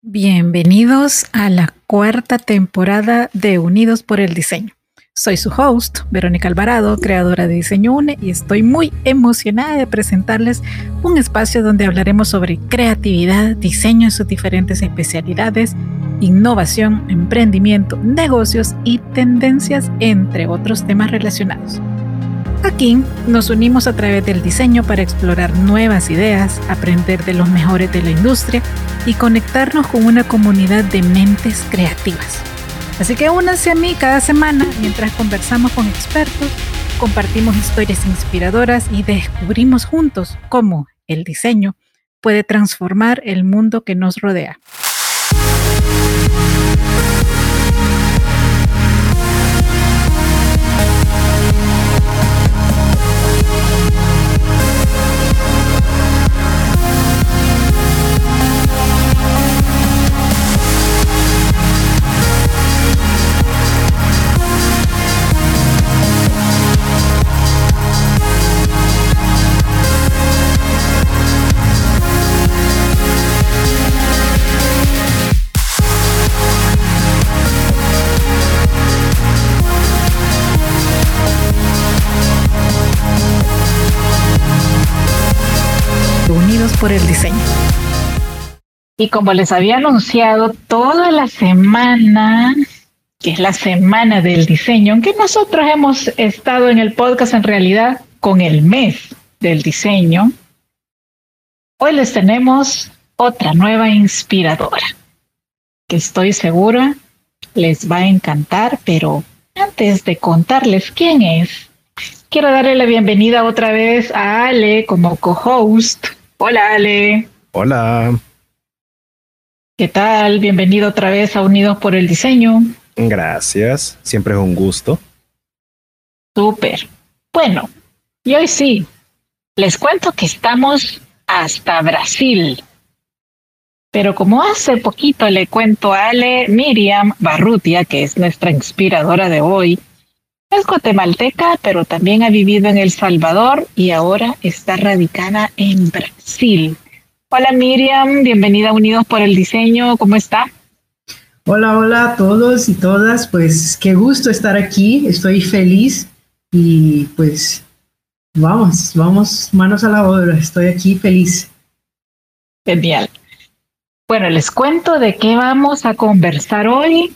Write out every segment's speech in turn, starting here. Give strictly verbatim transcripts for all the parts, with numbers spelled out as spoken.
Bienvenidos a la cuarta temporada de Unidos por el Diseño. Soy su host, Verónica Alvarado, creadora de Diseño UNE, y estoy muy emocionada de presentarles un espacio donde hablaremos sobre creatividad, diseño en sus diferentes especialidades, innovación, emprendimiento, negocios y tendencias, entre otros temas relacionados. Aquí nos unimos a través del diseño para explorar nuevas ideas, aprender de los mejores de la industria y conectarnos con una comunidad de mentes creativas. Así que únanse a mí cada semana mientras conversamos con expertos, compartimos historias inspiradoras y descubrimos juntos cómo el diseño puede transformar el mundo que nos rodea. Unidos por el Diseño. Y como les había anunciado, toda la semana, que es la semana del diseño, aunque nosotros hemos estado en el podcast en realidad con el mes del diseño, hoy les tenemos otra nueva inspiradora que estoy segura les va a encantar, pero antes de contarles quién es, quiero darle la bienvenida otra vez a Ale como co-host. Hola, Ale. Hola. ¿Qué tal? Bienvenido otra vez a Unidos por el Diseño. Gracias, siempre es un gusto. Súper. Bueno, y hoy sí, les cuento que estamos hasta Brasil. Pero como hace poquito le cuento a Ale, Miriam Barrutia, que es nuestra inspiradora de hoy, es guatemalteca, pero también ha vivido en El Salvador y ahora está radicada en Brasil. Hola Miriam, bienvenida a Unidos por el Diseño, ¿cómo está? Hola, hola a todos y todas, pues qué gusto estar aquí, estoy feliz y pues vamos, vamos manos a la obra, estoy aquí feliz. Genial. Bueno, les cuento de qué vamos a conversar hoy.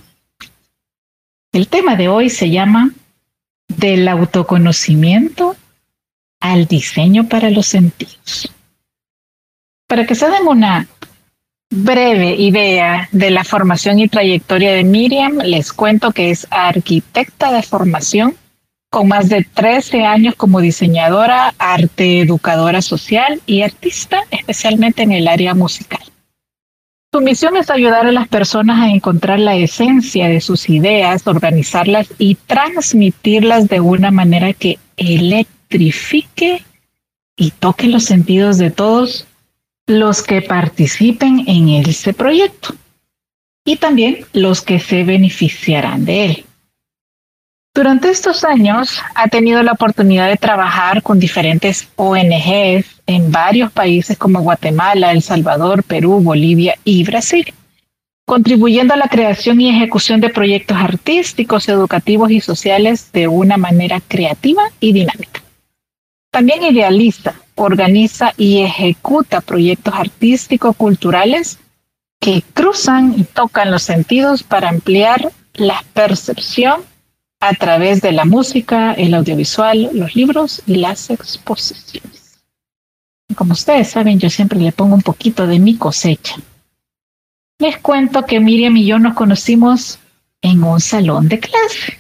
El tema de hoy se llama Del autoconocimiento al diseño para los sentidos. Para que se den una breve idea de la formación y trayectoria de Miriam, les cuento que es arquitecta de formación, con más de trece años como diseñadora, arte educadora social y artista, especialmente en el área musical. Su misión es ayudar a las personas a encontrar la esencia de sus ideas, organizarlas y transmitirlas de una manera que electrifique y toque los sentidos de todos los que participen en ese proyecto y también los que se beneficiarán de él. Durante estos años ha tenido la oportunidad de trabajar con diferentes O N Ges en varios países como Guatemala, El Salvador, Perú, Bolivia y Brasil, contribuyendo a la creación y ejecución de proyectos artísticos, educativos y sociales de una manera creativa y dinámica. También idealiza, organiza y ejecuta proyectos artísticos culturales que cruzan y tocan los sentidos para ampliar la percepción a través de la música, el audiovisual, los libros y las exposiciones. Y como ustedes saben, yo siempre le pongo un poquito de mi cosecha. Les cuento que Miriam y yo nos conocimos en un salón de clase.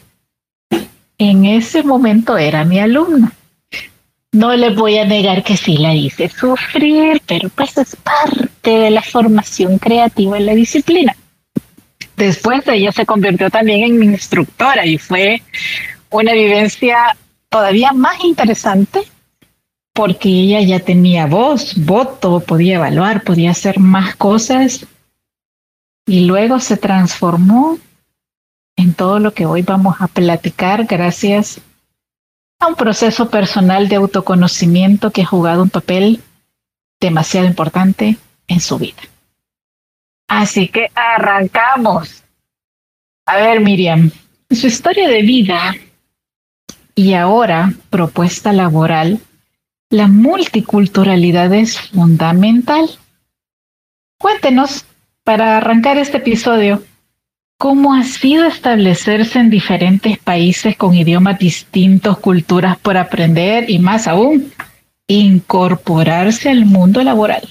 En ese momento era mi alumna. No les voy a negar que sí la hice sufrir, pero pues es parte de la formación creativa en la disciplina. Después ella se convirtió también en mi instructora y fue una vivencia todavía más interesante porque ella ya tenía voz, voto, podía evaluar, podía hacer más cosas y luego se transformó en todo lo que hoy vamos a platicar gracias a un proceso personal de autoconocimiento que ha jugado un papel demasiado importante en su vida. Así que arrancamos. A ver, Miriam, su historia de vida y ahora propuesta laboral, la multiculturalidad es fundamental. Cuéntenos, para arrancar este episodio, ¿cómo ha sido establecerse en diferentes países con idiomas distintos, culturas por aprender y más aún, incorporarse al mundo laboral?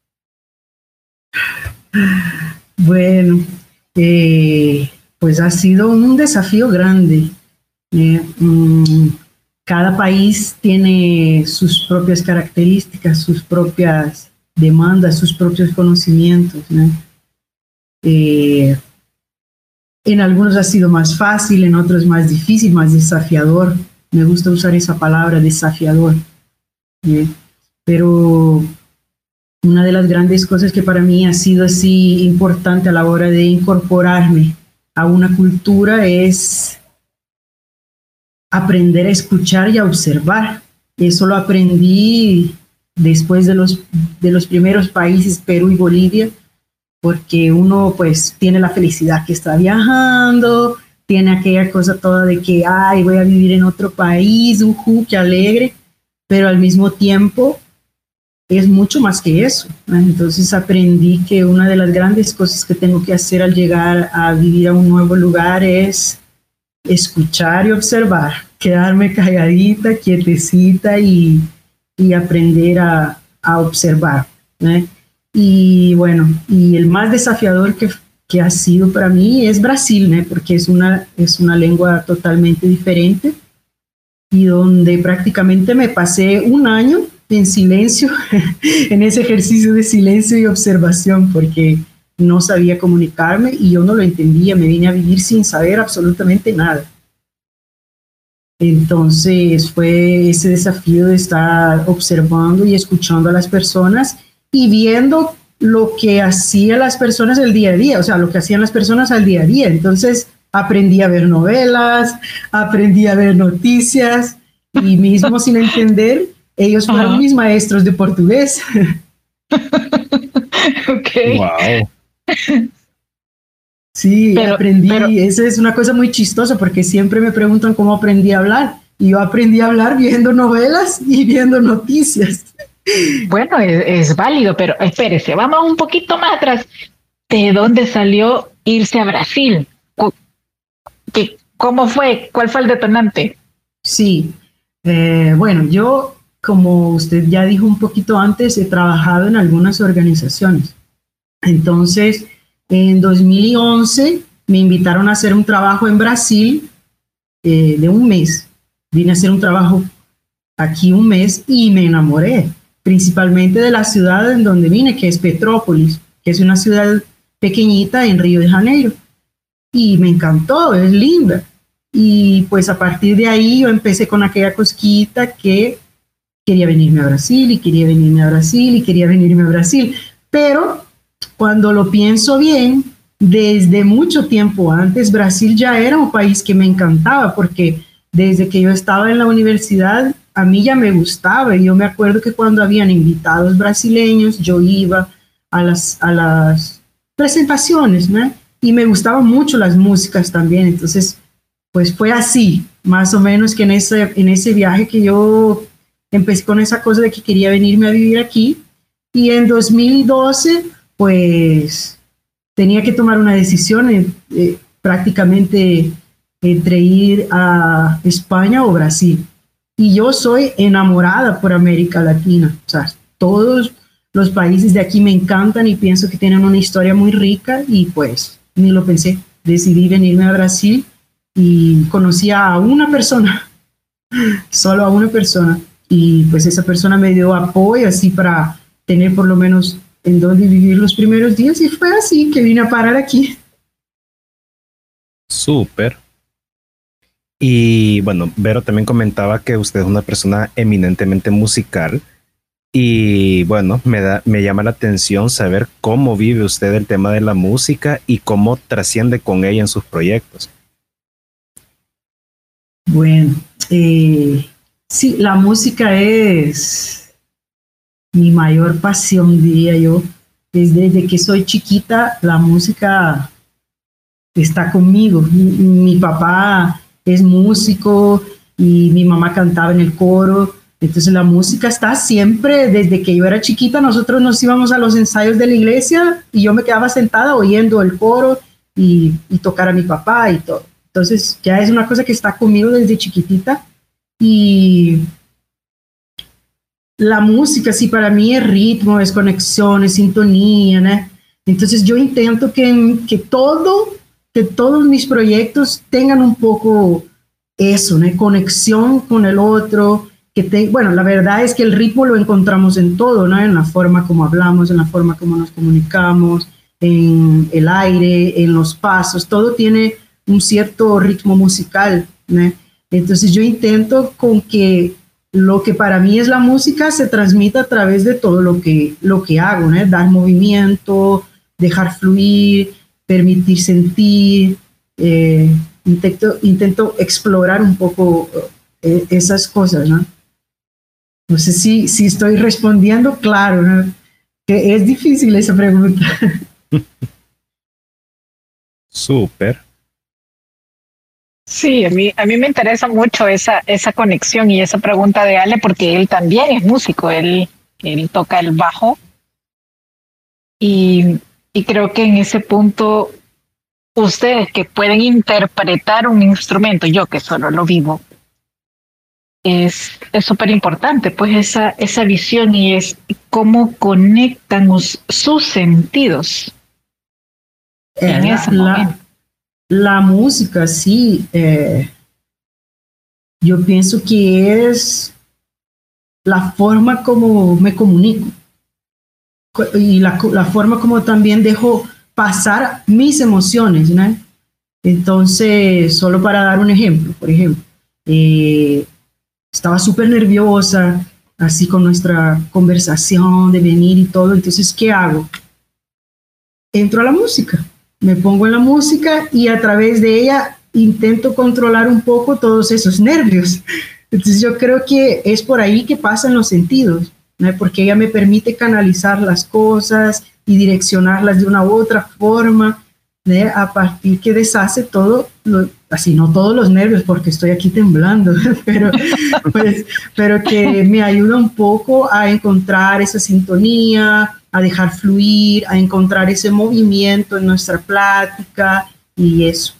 Bueno, eh, pues ha sido un desafío grande. Eh, mm, cada país tiene sus propias características, sus propias demandas, sus propios conocimientos, ¿no? Eh, en algunos ha sido más fácil, en otros más difícil, más desafiador. Me gusta usar esa palabra, desafiador. ¿Eh? Pero una de las grandes cosas que para mí ha sido así importante a la hora de incorporarme a una cultura es aprender a escuchar y a observar. Eso lo aprendí después de los, de los primeros países, Perú y Bolivia, porque uno pues tiene la felicidad que está viajando, tiene aquella cosa toda de que, ay, voy a vivir en otro país, ujú, qué alegre, pero al mismo tiempo es mucho más que eso, ¿no? Entonces aprendí que una de las grandes cosas que tengo que hacer al llegar a vivir a un nuevo lugar es escuchar y observar, quedarme calladita, quietecita y, y aprender a, a observar, ¿no? Y bueno, y el más desafiador que, que ha sido para mí es Brasil, ¿no? Porque es una, es una lengua totalmente diferente y donde prácticamente me pasé un año en silencio, en ese ejercicio de silencio y observación, porque no sabía comunicarme y yo no lo entendía, me vine a vivir sin saber absolutamente nada. Entonces fue ese desafío de estar observando y escuchando a las personas y viendo lo que hacían las personas el día a día, o sea, lo que hacían las personas al día a día. Entonces aprendí a ver novelas, aprendí a ver noticias y mismo sin entender, ellos fueron uh-huh. mis maestros de portugués. Ok. Wow. Sí, pero, aprendí, pero, esa es una cosa muy chistosa porque siempre me preguntan cómo aprendí a hablar y yo aprendí a hablar viendo novelas y viendo noticias. Bueno, es, es válido, pero espérese, vamos un poquito más atrás. ¿De dónde salió irse a Brasil? ¿Qué, ¿Cómo fue? ¿Cuál fue el detonante? Sí, eh, bueno, yo, como usted ya dijo un poquito antes, he trabajado en algunas organizaciones. Entonces, en dos mil once me invitaron a hacer un trabajo en Brasil eh, de un mes. Vine a hacer un trabajo aquí un mes y me enamoré, principalmente de la ciudad en donde vine, que es Petrópolis, que es una ciudad pequeñita en Río de Janeiro. Y me encantó, es linda. Y pues a partir de ahí yo empecé con aquella cosquita que quería venirme a Brasil y quería venirme a Brasil y quería venirme a Brasil. Pero cuando lo pienso bien, desde mucho tiempo antes, Brasil ya era un país que me encantaba porque desde que yo estaba en la universidad, a mí ya me gustaba. Y yo me acuerdo que cuando habían invitados brasileños, yo iba a las, a las presentaciones, ¿no? Y me gustaban mucho las músicas también. Entonces, pues fue así, más o menos que en ese, en ese viaje que yo empecé con esa cosa de que quería venirme a vivir aquí. Y en dos mil doce, pues tenía que tomar una decisión eh, eh, prácticamente entre ir a España o Brasil. Y yo soy enamorada por América Latina. O sea, todos los países de aquí me encantan y pienso que tienen una historia muy rica y pues ni lo pensé. Decidí venirme a Brasil y conocí a una persona, solo a una persona. Y pues esa persona me dio apoyo así para tener por lo menos en dónde vivir los primeros días y fue así que vine a parar aquí. Súper. Y bueno, Vero también comentaba que usted es una persona eminentemente musical y bueno, me da, me llama la atención saber cómo vive usted el tema de la música y cómo trasciende con ella en sus proyectos. Bueno, eh, sí, la música es mi mayor pasión, diría yo, Desde que soy chiquita, la música está conmigo. Mi, mi papá es músico y mi mamá cantaba en el coro. Entonces la música está siempre, desde que yo era chiquita, nosotros nos íbamos a los ensayos de la iglesia y yo me quedaba sentada oyendo el coro y, y tocar a mi papá y todo. Entonces ya es una cosa que está conmigo desde chiquitita. Y la música, sí, para mí es ritmo, es conexión, es sintonía, ¿no? Entonces yo intento que, que, todo, que todos mis proyectos tengan un poco eso, ¿no? Conexión con el otro. Que te, bueno, la verdad es que el ritmo lo encontramos en todo, ¿no? En la forma como hablamos, en la forma como nos comunicamos, en el aire, en los pasos, todo tiene un cierto ritmo musical, ¿no? Entonces yo intento con que lo que para mí es la música se transmita a través de todo lo que, lo que hago, ¿no? Dar movimiento, dejar fluir, permitir sentir, eh, intento, intento explorar un poco eh, esas cosas, ¿no? No sé si, si estoy respondiendo claro, ¿no? Que es difícil esa pregunta. Súper. Sí, a mí, a mí me interesa mucho esa, esa conexión y esa pregunta de Ale, porque él también es músico, él, él toca el bajo y, y creo que en ese punto ustedes que pueden interpretar un instrumento, yo que solo lo vivo, es es súper importante, pues esa, esa visión y es cómo conectan us, sus sentidos en la, ese momento. La, la música, sí, eh, yo pienso que es la forma como me comunico y la, la forma como también dejo pasar mis emociones, ¿no? Entonces, solo para dar un ejemplo, por ejemplo, eh, estaba súper nerviosa, así con nuestra conversación de venir y todo. Entonces, ¿qué hago? Entro a la música, me pongo en la música y a través de ella intento controlar un poco todos esos nervios. Entonces, yo creo que es por ahí que pasan los sentidos, ¿no? Porque ella me permite canalizar las cosas y direccionarlas de una u otra forma, ¿no? A partir que deshace todo lo, así no todos los nervios porque estoy aquí temblando, pero, pues, pero que me ayuda un poco a encontrar esa sintonía, a dejar fluir, a encontrar ese movimiento en nuestra plática y eso.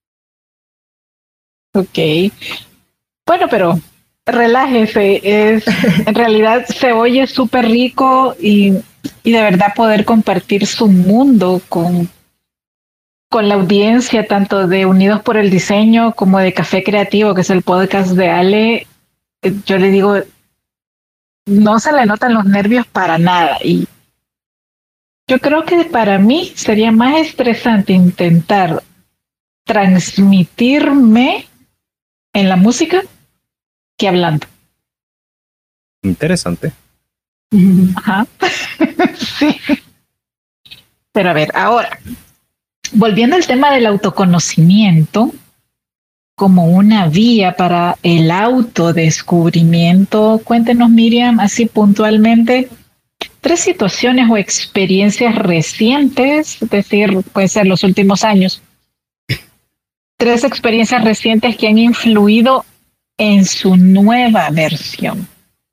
Ok. Bueno, pero relájese, es, en realidad se oye súper rico y, y de verdad poder compartir su mundo con con la audiencia tanto de Unidos por el Diseño como de Café Creativo, que es el podcast de Ale, yo le digo, no se le notan los nervios para nada. Y yo creo que para mí sería más estresante intentar transmitirme en la música que hablando. Interesante. Ajá. Sí. Pero a ver, ahora, volviendo al tema del autoconocimiento como una vía para el autodescubrimiento, cuéntenos, Miriam, así puntualmente, tres situaciones o experiencias recientes, es decir, puede ser los últimos años, tres experiencias recientes que han influido en su nueva versión.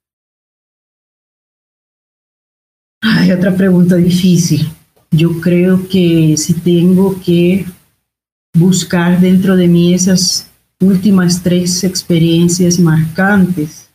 Hay otra pregunta difícil. Yo creo que si tengo que buscar dentro de mí esas últimas tres experiencias marcantes,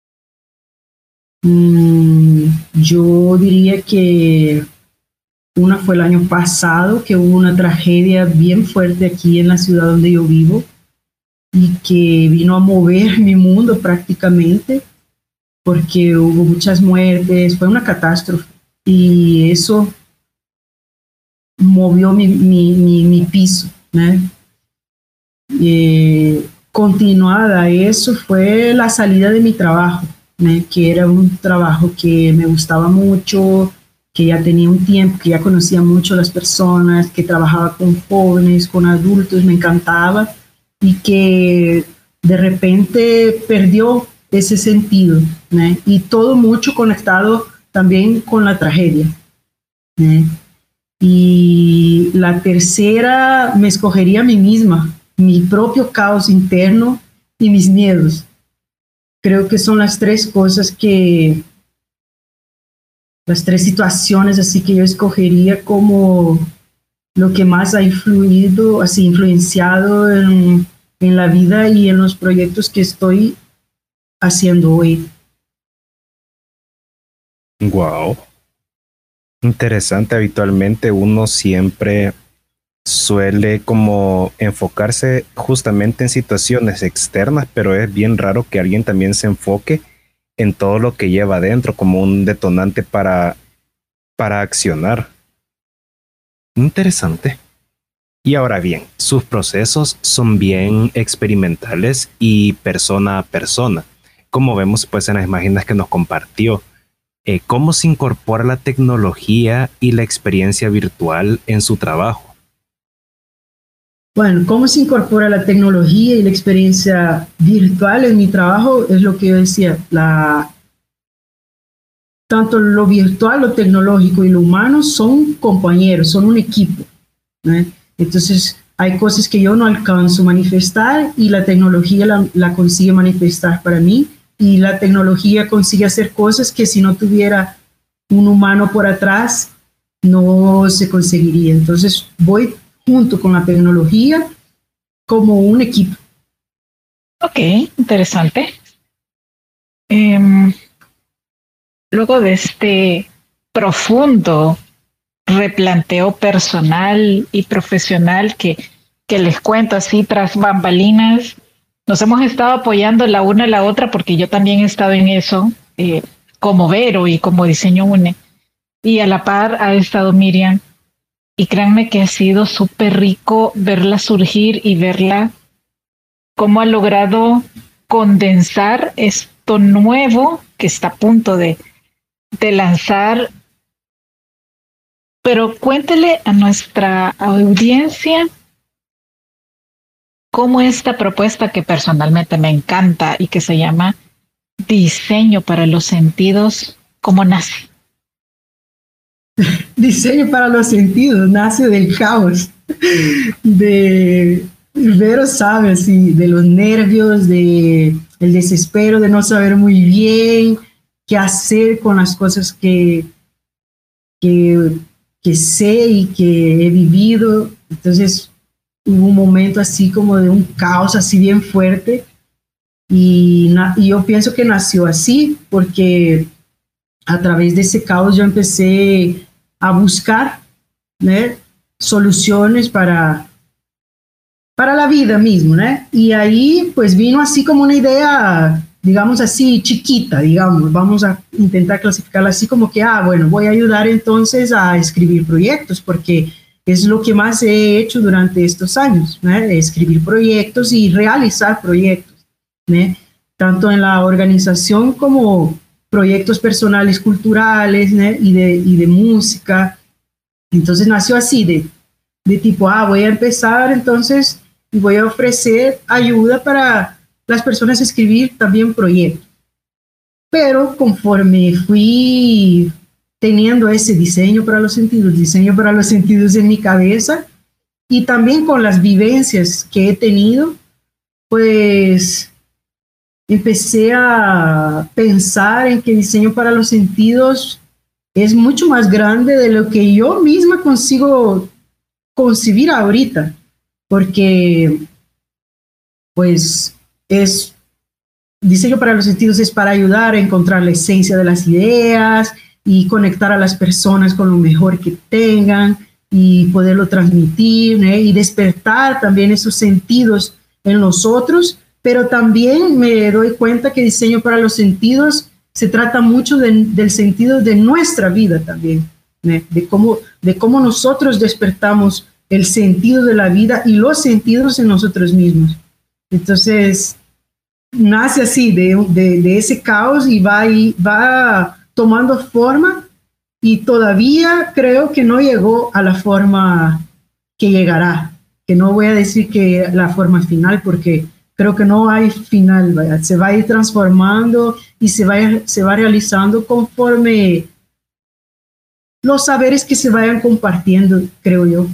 mmm, yo diría que una fue el año pasado, que hubo una tragedia bien fuerte aquí en la ciudad donde yo vivo y que vino a mover mi mundo prácticamente porque hubo muchas muertes, fue una catástrofe y eso movió mi, mi, mi, mi piso, ¿no? Eh, continuada eso fue la salida de mi trabajo, ¿no? Que era un trabajo que me gustaba mucho, que ya tenía un tiempo, que ya conocía mucho a las personas, que trabajaba con jóvenes, con adultos, me encantaba y que de repente perdió ese sentido, ¿no? Y todo mucho conectado también con la tragedia. ¿eh? Y la tercera me escogería a mí misma, mi propio caos interno y mis miedos. Creo que son las tres cosas que, las tres situaciones así que yo escogería como lo que más ha influido, así influenciado en, en la vida y en los proyectos que estoy haciendo hoy. Wow. Interesante, habitualmente uno siempre suele como enfocarse justamente en situaciones externas, pero es bien raro que alguien también se enfoque en todo lo que lleva adentro como un detonante para, para accionar. Interesante. Y ahora bien, sus procesos son bien experimentales y persona a persona, como vemos pues en las imágenes que nos compartió. Eh, ¿Cómo se incorpora la tecnología y la experiencia virtual en su trabajo? Bueno, cómo se incorpora la tecnología y la experiencia virtual en mi trabajo es lo que yo decía, la, tanto lo virtual, lo tecnológico y lo humano son compañeros, son un equipo, ¿no? Entonces, hay cosas que yo no alcanzo a manifestar y la tecnología la, la consigue manifestar para mí, y la tecnología consigue hacer cosas que si no tuviera un humano por atrás no se conseguiría. Entonces, voy junto con la tecnología como un equipo. Ok, interesante. Um, luego de este profundo replanteo personal y profesional que, que les cuento así tras bambalinas, nos hemos estado apoyando la una a la otra porque yo también he estado en eso, eh, como Vero y como Diseño Une, y a la par ha estado Miriam, y créanme que ha sido súper rico verla surgir y verla cómo ha logrado condensar esto nuevo que está a punto de, de lanzar. Pero cuéntele a nuestra audiencia cómo esta propuesta que personalmente me encanta y que se llama Diseño para los Sentidos, ¿cómo nace? Diseño para los sentidos nace del caos, de Vero sabe, así, de los nervios, de el desespero de no saber muy bien qué hacer con las cosas que, que, que sé y que he vivido. Entonces hubo un momento así como de un caos así bien fuerte, y, na, y yo pienso que nació así porque a través de ese caos yo empecé a buscar, ¿no?, soluciones para, para la vida mismo, ¿no? Y ahí pues vino así como una idea, digamos así, chiquita, digamos, vamos a intentar clasificarla así como que, ah, bueno, voy a ayudar entonces a escribir proyectos, porque es lo que más he hecho durante estos años, ¿no?, escribir proyectos y realizar proyectos, ¿no?, tanto en la organización como proyectos personales, culturales, ¿no?, y, de, y de música. Entonces nació así, de, de tipo, ah, voy a empezar entonces y voy a ofrecer ayuda para las personas a escribir también proyectos. Pero conforme fui teniendo ese diseño para los sentidos, diseño para los sentidos en mi cabeza, y también con las vivencias que he tenido, pues empecé a pensar en que diseño para los sentidos es mucho más grande de lo que yo misma consigo concebir ahorita, porque pues es diseño para los sentidos, es para ayudar a encontrar la esencia de las ideas y conectar a las personas con lo mejor que tengan y poderlo transmitir, ¿eh?, y despertar también esos sentidos en los otros. Pero también me doy cuenta que diseño para los sentidos se trata mucho de, del sentido de nuestra vida también, ¿eh?, de cómo, de cómo nosotros despertamos el sentido de la vida y los sentidos en nosotros mismos. Entonces, nace así de, de, de ese caos y va, y va tomando forma, y todavía creo que no llegó a la forma que llegará, que no voy a decir que la forma final, porque creo que no hay final, ¿verdad? Se va a ir transformando y se va, se va realizando conforme los saberes que se vayan compartiendo, creo yo.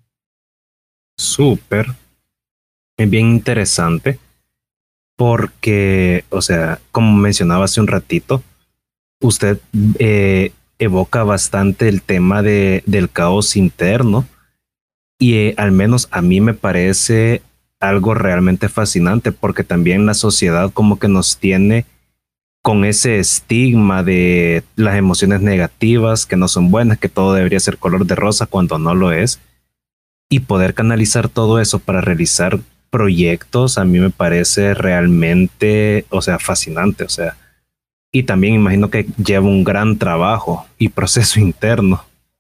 Súper, es bien interesante porque, o sea, como mencionaba hace un ratito, usted eh, evoca bastante el tema de, del caos interno y eh, al menos a mí me parece algo realmente fascinante porque también la sociedad como que nos tiene con ese estigma de las emociones negativas que no son buenas, que todo debería ser color de rosa cuando no lo es, y poder canalizar todo eso para realizar proyectos a mí me parece realmente, o sea, fascinante, o sea, y también imagino que lleva un gran trabajo y proceso interno.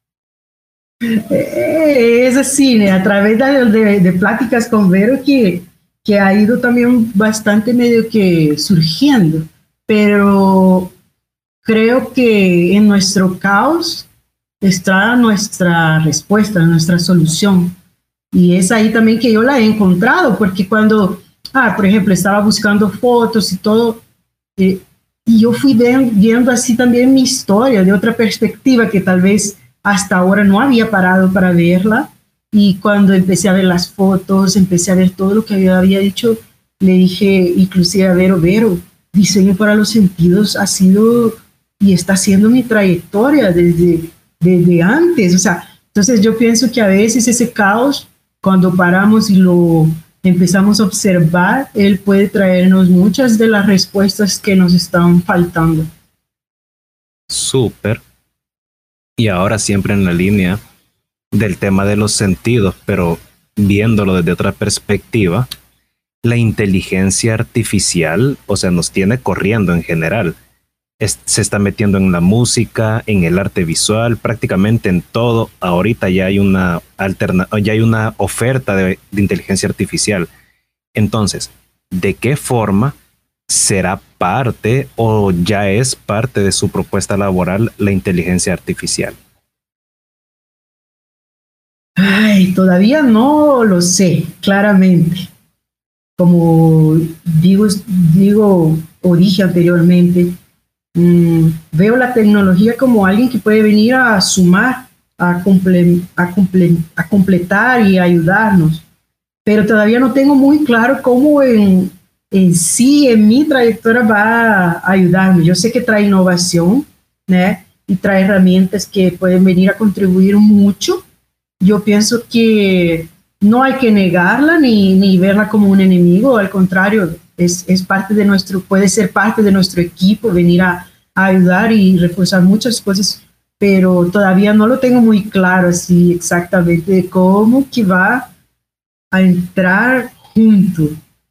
Eh, Es así, ¿no? A través de, de, de pláticas con Vero que, que ha ido también bastante medio que surgiendo, pero creo que en nuestro caos está nuestra respuesta, nuestra solución. Y es ahí también que yo la he encontrado, porque cuando, ah, por ejemplo, estaba buscando fotos y todo, eh, y yo fui ven- viendo así también mi historia de otra perspectiva que tal vez hasta ahora no había parado para verla. Y cuando empecé a ver las fotos, empecé a ver todo lo que yo había dicho, le dije inclusive a Vero, Vero, diseño para los sentidos ha sido y está siendo mi trayectoria desde, desde antes. O sea, entonces yo pienso que a veces ese caos, cuando paramos y lo empezamos a observar, él puede traernos muchas de las respuestas que nos están faltando. Súper. Y ahora siempre en la línea del tema de los sentidos, pero viéndolo desde otra perspectiva, la inteligencia artificial, o sea, nos tiene corriendo en general. Es- se está metiendo en la música, en el arte visual, prácticamente en todo. Ahorita ya hay una alterna, ya hay una oferta de, de inteligencia artificial. Entonces, ¿de qué forma será parte o ya es parte de su propuesta laboral la inteligencia artificial? Ay, todavía no lo sé claramente. Como digo, digo o dije anteriormente, mm, veo la tecnología como alguien que puede venir a sumar, a, comple- a, comple- a completar y ayudarnos, pero todavía no tengo muy claro cómo en, en sí, en mi trayectoria va a ayudarme. Yo sé que trae innovación, ¿no? Y trae herramientas que pueden venir a contribuir mucho. Yo pienso que no hay que negarla ni, ni verla como un enemigo, al contrario, es, es parte de nuestro, puede ser parte de nuestro equipo, venir a, a ayudar y reforzar muchas cosas, pero todavía no lo tengo muy claro así exactamente de cómo que va a entrar junto.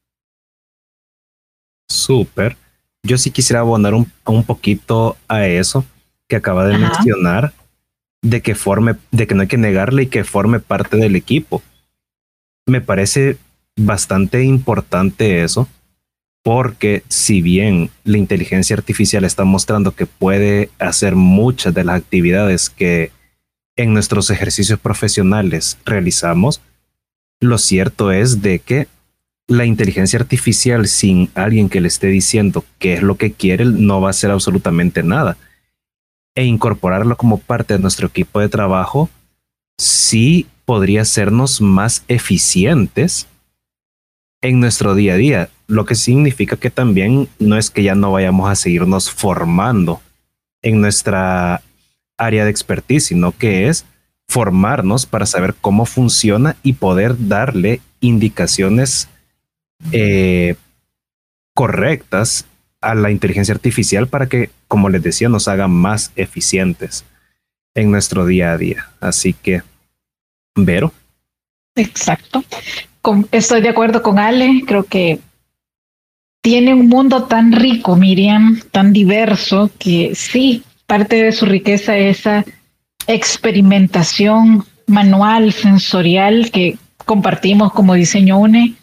Súper. Yo sí quisiera abonar un, un poquito a eso que acaba de Ajá. mencionar, de que forme, de que no hay que negarle y que forme parte del equipo. Me parece bastante importante eso, porque si bien la inteligencia artificial está mostrando que puede hacer muchas de las actividades que en nuestros ejercicios profesionales realizamos, lo cierto es de que la inteligencia artificial sin alguien que le esté diciendo qué es lo que quiere no va a hacer absolutamente nada. E incorporarlo como parte de nuestro equipo de trabajo sí podría hacernos más eficientes en nuestro día a día, lo que significa que también no es que ya no vayamos a seguirnos formando en nuestra área de expertise, sino que es formarnos para saber cómo funciona y poder darle indicaciones eh, correctas a la inteligencia artificial para que, como les decía, nos haga más eficientes en nuestro día a día. Así que, Vero. Exacto. Con- estoy de acuerdo con Ale. Creo que tiene un mundo tan rico, Miriam, tan diverso, que sí, parte de su riqueza es esa experimentación manual, sensorial que compartimos como Diseño UNE.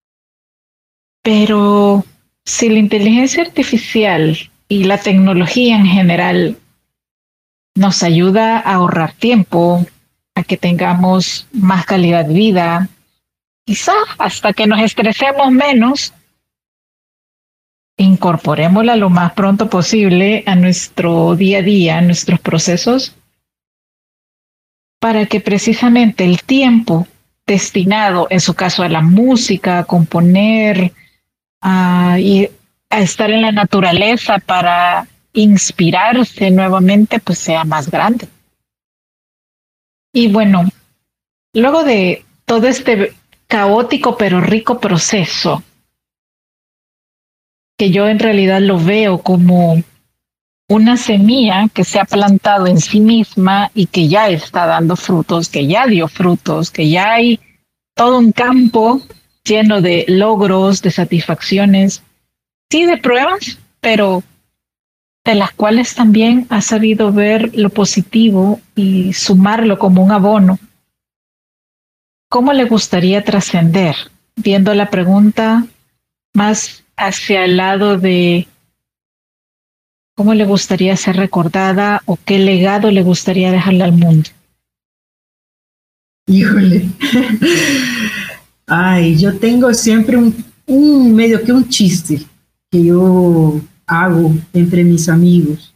Pero si la inteligencia artificial y la tecnología en general nos ayuda a ahorrar tiempo, a que tengamos más calidad de vida, quizá hasta que nos estresemos menos, incorporémosla lo más pronto posible a nuestro día a día, a nuestros procesos, para que precisamente el tiempo destinado, en su caso, a la música, a componer, a, y a estar en la naturaleza para inspirarse nuevamente, pues sea más grande. Y bueno, luego de todo este caótico pero rico proceso, que yo en realidad lo veo como una semilla que se ha plantado en sí misma y que ya está dando frutos, que ya dio frutos, que ya hay todo un campo lleno de logros, de satisfacciones, sí, de pruebas, pero de las cuales también ha sabido ver lo positivo y sumarlo como un abono. ¿Cómo le gustaría trascender? Viendo la pregunta más hacia el lado de cómo le gustaría ser recordada o qué legado le gustaría dejarle al mundo. Híjole. Ay, yo tengo siempre un, un medio que un chiste que yo hago entre mis amigos.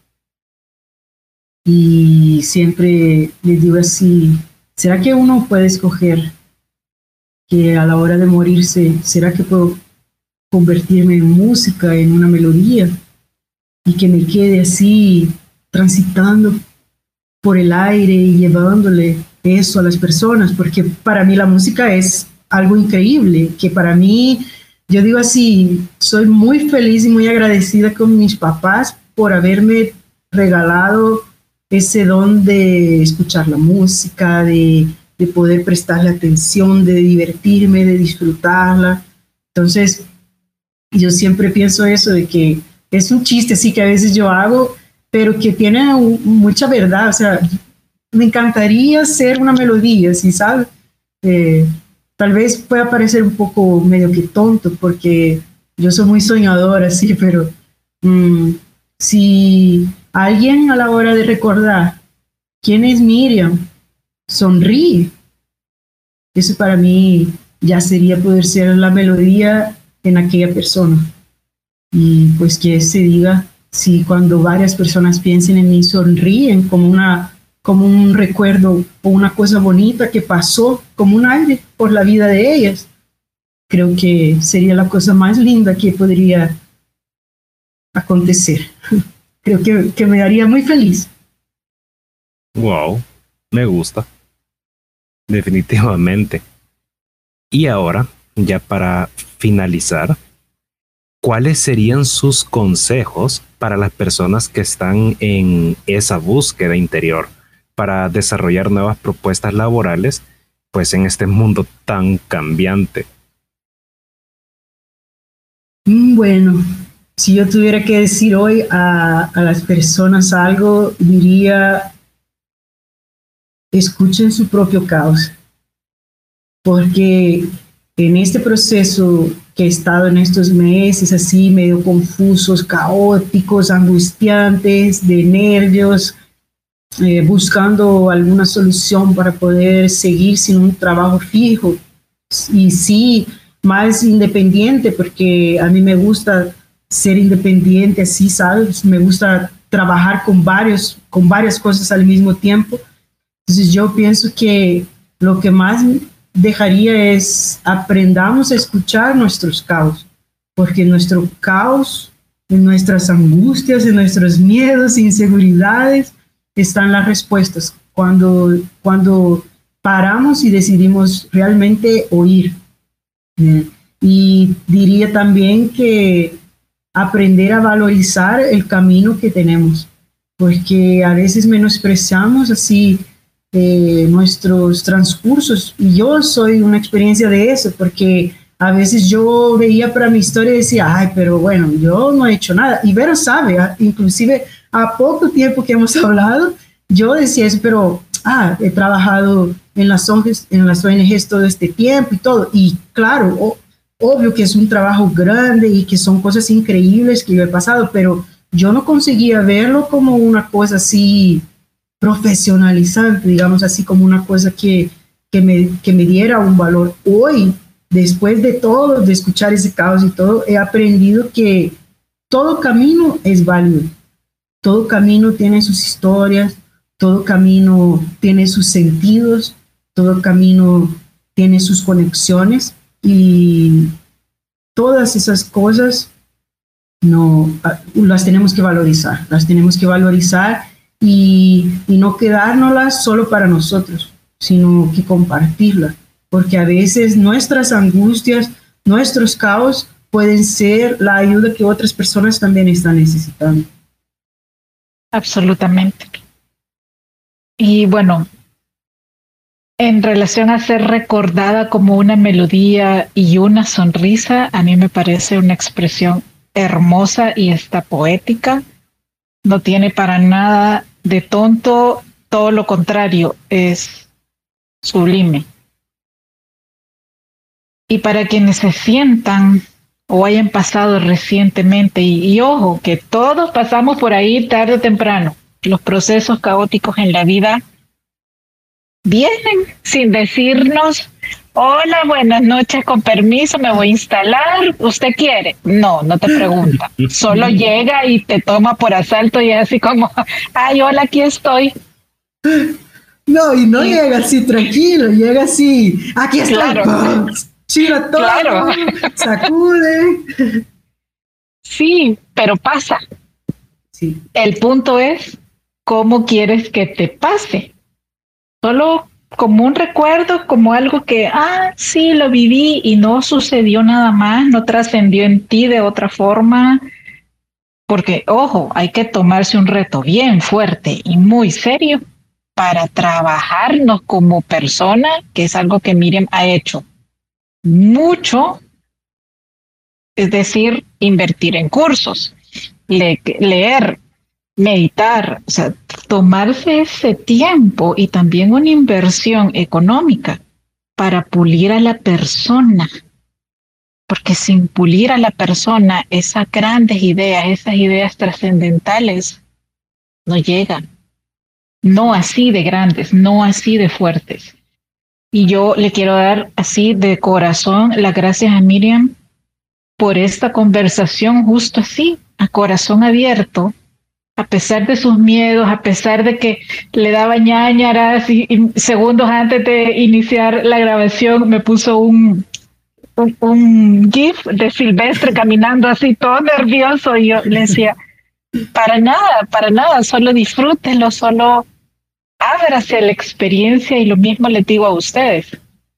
Y siempre les digo así, ¿será que uno puede escoger que a la hora de morirse, será que puedo convertirme en música, en una melodía? Y que me quede así transitando por el aire y llevándole eso a las personas, porque para mí la música es algo increíble, que para mí, yo digo así, soy muy feliz y muy agradecida con mis papás por haberme regalado ese don de escuchar la música, de, de poder prestarle atención, de divertirme, de disfrutarla. Entonces, yo siempre pienso eso de que es un chiste, sí, que a veces yo hago, pero que tiene un, mucha verdad. O sea, me encantaría hacer una melodía, ¿sí sabes? Eh, tal vez pueda parecer un poco medio que tonto, porque yo soy muy soñadora, sí, pero um, si alguien a la hora de recordar quién es Miriam sonríe, eso para mí ya sería poder ser la melodía en aquella persona. Y pues que se diga, si cuando varias personas piensen en mí, sonríen como, una, como un recuerdo o una cosa bonita que pasó como un aire por la vida de ellas, creo que sería la cosa más linda que podría acontecer. Creo que, que me haría muy feliz. Wow, me gusta. Definitivamente. Y ahora, ya para finalizar, ¿cuáles serían sus consejos para las personas que están en esa búsqueda interior para desarrollar nuevas propuestas laborales, pues en este mundo tan cambiante? Bueno, si yo tuviera que decir hoy a, a las personas algo, diría, escuchen su propio caos, porque en este proceso que he estado en estos meses así medio confusos, caóticos, angustiantes, de nervios, eh, buscando alguna solución para poder seguir sin un trabajo fijo y sí, más independiente, porque a mí me gusta ser independiente, así, ¿sabes? Me gusta trabajar con, varios, con varias cosas al mismo tiempo. Entonces yo pienso que lo que más dejaría es aprendamos a escuchar nuestros caos, porque en nuestro caos, en nuestras angustias, en nuestros miedos, inseguridades, están las respuestas. Cuando, cuando paramos y decidimos realmente oír. ¿eh? Y diría también que aprender a valorizar el camino que tenemos, porque a veces menospreciamos así Eh, nuestros transcursos, y yo soy una experiencia de eso, porque a veces yo veía para mi historia y decía, ay, pero bueno, yo no he hecho nada, y Vero sabe, inclusive a poco tiempo que hemos hablado, yo decía eso, pero ah, he trabajado en las O N Gs, en las O N Gs todo este tiempo y todo, y claro, o, obvio que es un trabajo grande y que son cosas increíbles que yo he pasado, pero yo no conseguía verlo como una cosa así profesionalizante, digamos así, como una cosa que, que, me, que me diera un valor. Hoy, después de todo, de escuchar ese caos y todo, he aprendido que todo camino es válido, todo camino tiene sus historias, todo camino tiene sus sentidos, todo camino tiene sus conexiones y todas esas cosas no, las tenemos que valorizar, las tenemos que valorizar y, y no quedárnoslas solo para nosotros, sino que compartirlas, porque a veces nuestras angustias, nuestros caos pueden ser la ayuda que otras personas también están necesitando. Absolutamente. Y bueno, en relación a ser recordada como una melodía y una sonrisa, a mí me parece una expresión hermosa y hasta poética. No tiene para nada de tonto, todo lo contrario, es sublime. Y para quienes se sientan o hayan pasado recientemente, y, y ojo, que todos pasamos por ahí tarde o temprano, los procesos caóticos en la vida vienen sin decirnos, hola, buenas noches, con permiso, me voy a instalar, ¿usted quiere? No, no te pregunta, solo llega y te toma por asalto y es así como, ay, hola, aquí estoy. No, y no sí. Llega así tranquilo, llega así, aquí estoy, claro. Chira todo, claro. Sacude. Sí, pero pasa. Sí. El punto es, ¿cómo quieres que te pase? Solo como un recuerdo, como algo que, ah, sí, lo viví y no sucedió nada más, no trascendió en ti de otra forma. Porque, ojo, hay que tomarse un reto bien fuerte y muy serio para trabajarnos como persona, que es algo que Miriam ha hecho mucho, es decir, invertir en cursos, le- leer, meditar, o sea, tomarse ese tiempo y también una inversión económica para pulir a la persona, porque sin pulir a la persona, esas grandes ideas, esas ideas trascendentales, no llegan, no así de grandes, no así de fuertes. Y yo le quiero dar así de corazón las gracias a Miriam por esta conversación justo así, a corazón abierto, a pesar de sus miedos, a pesar de que le daba ñáñaras y, y segundos antes de iniciar la grabación me puso un, un, un GIF de Silvestre caminando así todo nervioso y yo le decía, para nada, para nada, solo disfrútenlo, solo ábrase la experiencia y lo mismo les digo a ustedes.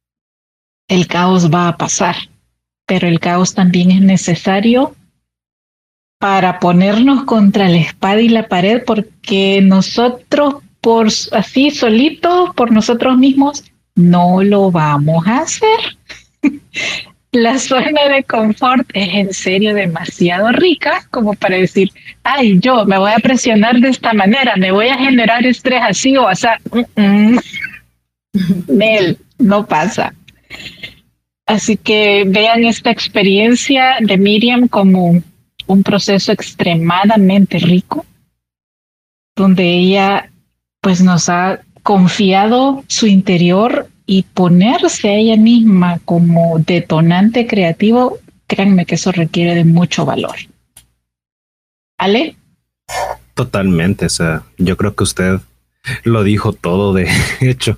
El caos va a pasar, pero el caos también es necesario para ponernos contra la espada y la pared, porque nosotros, por así solitos, por nosotros mismos, no lo vamos a hacer. La zona de confort es en serio demasiado rica como para decir, ay, yo me voy a presionar de esta manera, me voy a generar estrés así o así. Mm-mm. Nel, no pasa. Así que vean esta experiencia de Miriam como un proceso extremadamente rico, donde ella pues nos ha confiado su interior y ponerse a ella misma como detonante creativo, créanme que eso requiere de mucho valor. ¿Ale? Totalmente, o sea, yo creo que usted lo dijo todo de hecho.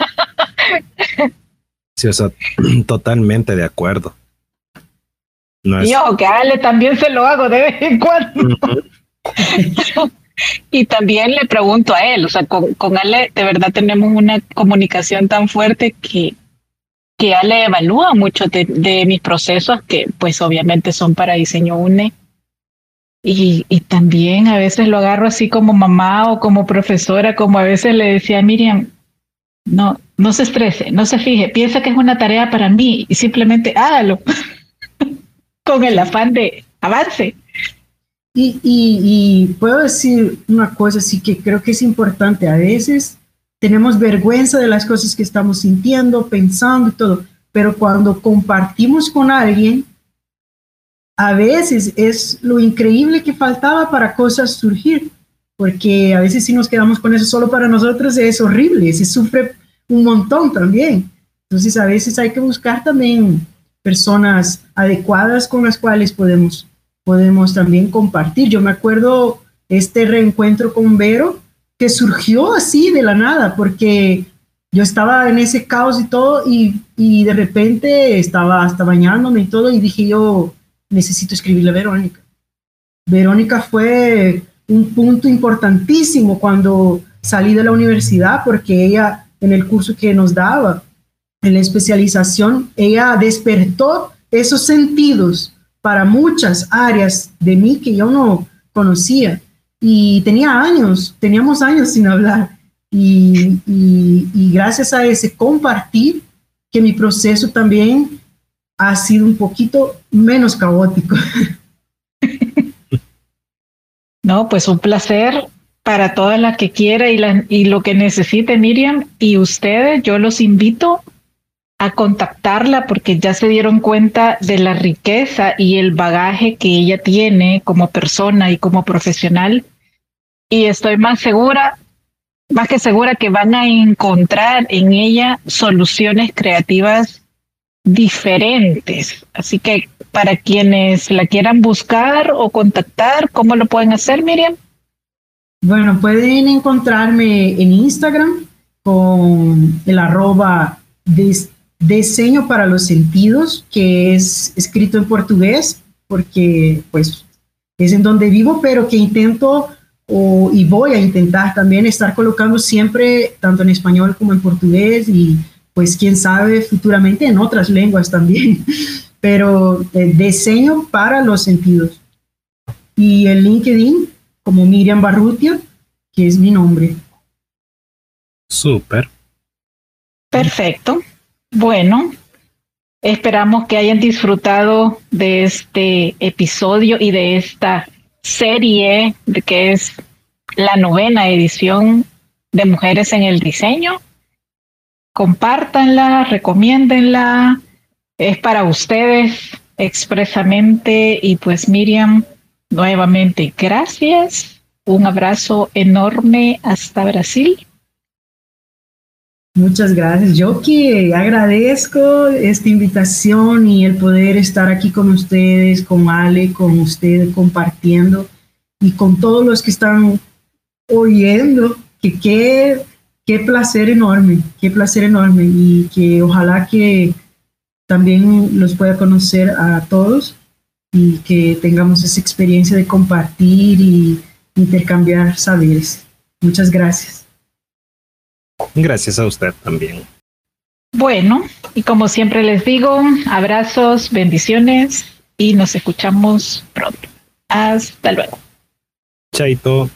Sí, o sea, totalmente de acuerdo. No es... Yo, que a Ale también se lo hago de vez en cuando. Uh-huh. Y también le pregunto a él, o sea, con, con Ale de verdad tenemos una comunicación tan fuerte que, que Ale evalúa mucho de, de mis procesos, que pues obviamente son para Diseño UNE. Y, y también a veces lo agarro así como mamá o como profesora, como a veces le decía a Miriam, no, no se estrese, no se fije, piensa que es una tarea para mí y simplemente hágalo con el afán de avance. Y, y, y puedo decir una cosa así que creo que es importante. A veces tenemos vergüenza de las cosas que estamos sintiendo, pensando y todo, pero cuando compartimos con alguien, a veces es lo increíble que faltaba para cosas surgir, porque a veces si nos quedamos con eso solo para nosotros es horrible, se sufre un montón también. Entonces a veces hay que buscar también personas adecuadas con las cuales podemos podemos también compartir. Yo me acuerdo este reencuentro con Vero, que surgió así de la nada, porque yo estaba en ese caos y todo, y, y de repente estaba hasta bañándome y todo, y dije yo, necesito escribirle a Verónica. Verónica fue un punto importantísimo cuando salí de la universidad, porque ella, en el curso que nos daba, en la especialización, ella despertó esos sentidos para muchas áreas de mí que yo no conocía. Y tenía años, teníamos años sin hablar. Y, y, y gracias a ese compartir, que mi proceso también ha sido un poquito menos caótico. No, pues un placer para toda la que quiera y, la, y lo que necesite, Miriam. Y ustedes, yo los invito a contactarla porque ya se dieron cuenta de la riqueza y el bagaje que ella tiene como persona y como profesional. Y estoy más segura, más que segura que van a encontrar en ella soluciones creativas diferentes. Así que para quienes la quieran buscar o contactar, ¿cómo lo pueden hacer, Miriam? Bueno, pueden encontrarme en Instagram con el arroba des, diseño para los sentidos, que es escrito en portugués, porque pues es en donde vivo, pero que intento o, y voy a intentar también estar colocando siempre, tanto en español como en portugués, y pues quién sabe futuramente en otras lenguas también, pero eh, diseño para los sentidos. Y el LinkedIn como Miriam Barrutia, que es mi nombre. Súper. Perfecto. Bueno, esperamos que hayan disfrutado de este episodio y de esta serie de que es la novena edición de Mujeres en el Diseño. Compártanla, recomiéndenla, es para ustedes expresamente. Y pues Miriam, nuevamente gracias, un abrazo enorme hasta Brasil. Muchas gracias. Yo que agradezco esta invitación y el poder estar aquí con ustedes, con Ale, con ustedes compartiendo, y con todos los que están oyendo, que qué, qué placer enorme, qué placer enorme, y que ojalá que también los pueda conocer a todos y que tengamos esa experiencia de compartir y intercambiar saberes. Muchas gracias. Gracias a usted también. Bueno, y como siempre les digo, abrazos, bendiciones y nos escuchamos pronto. Hasta luego. Chaito.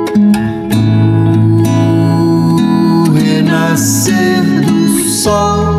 Nascer do sol.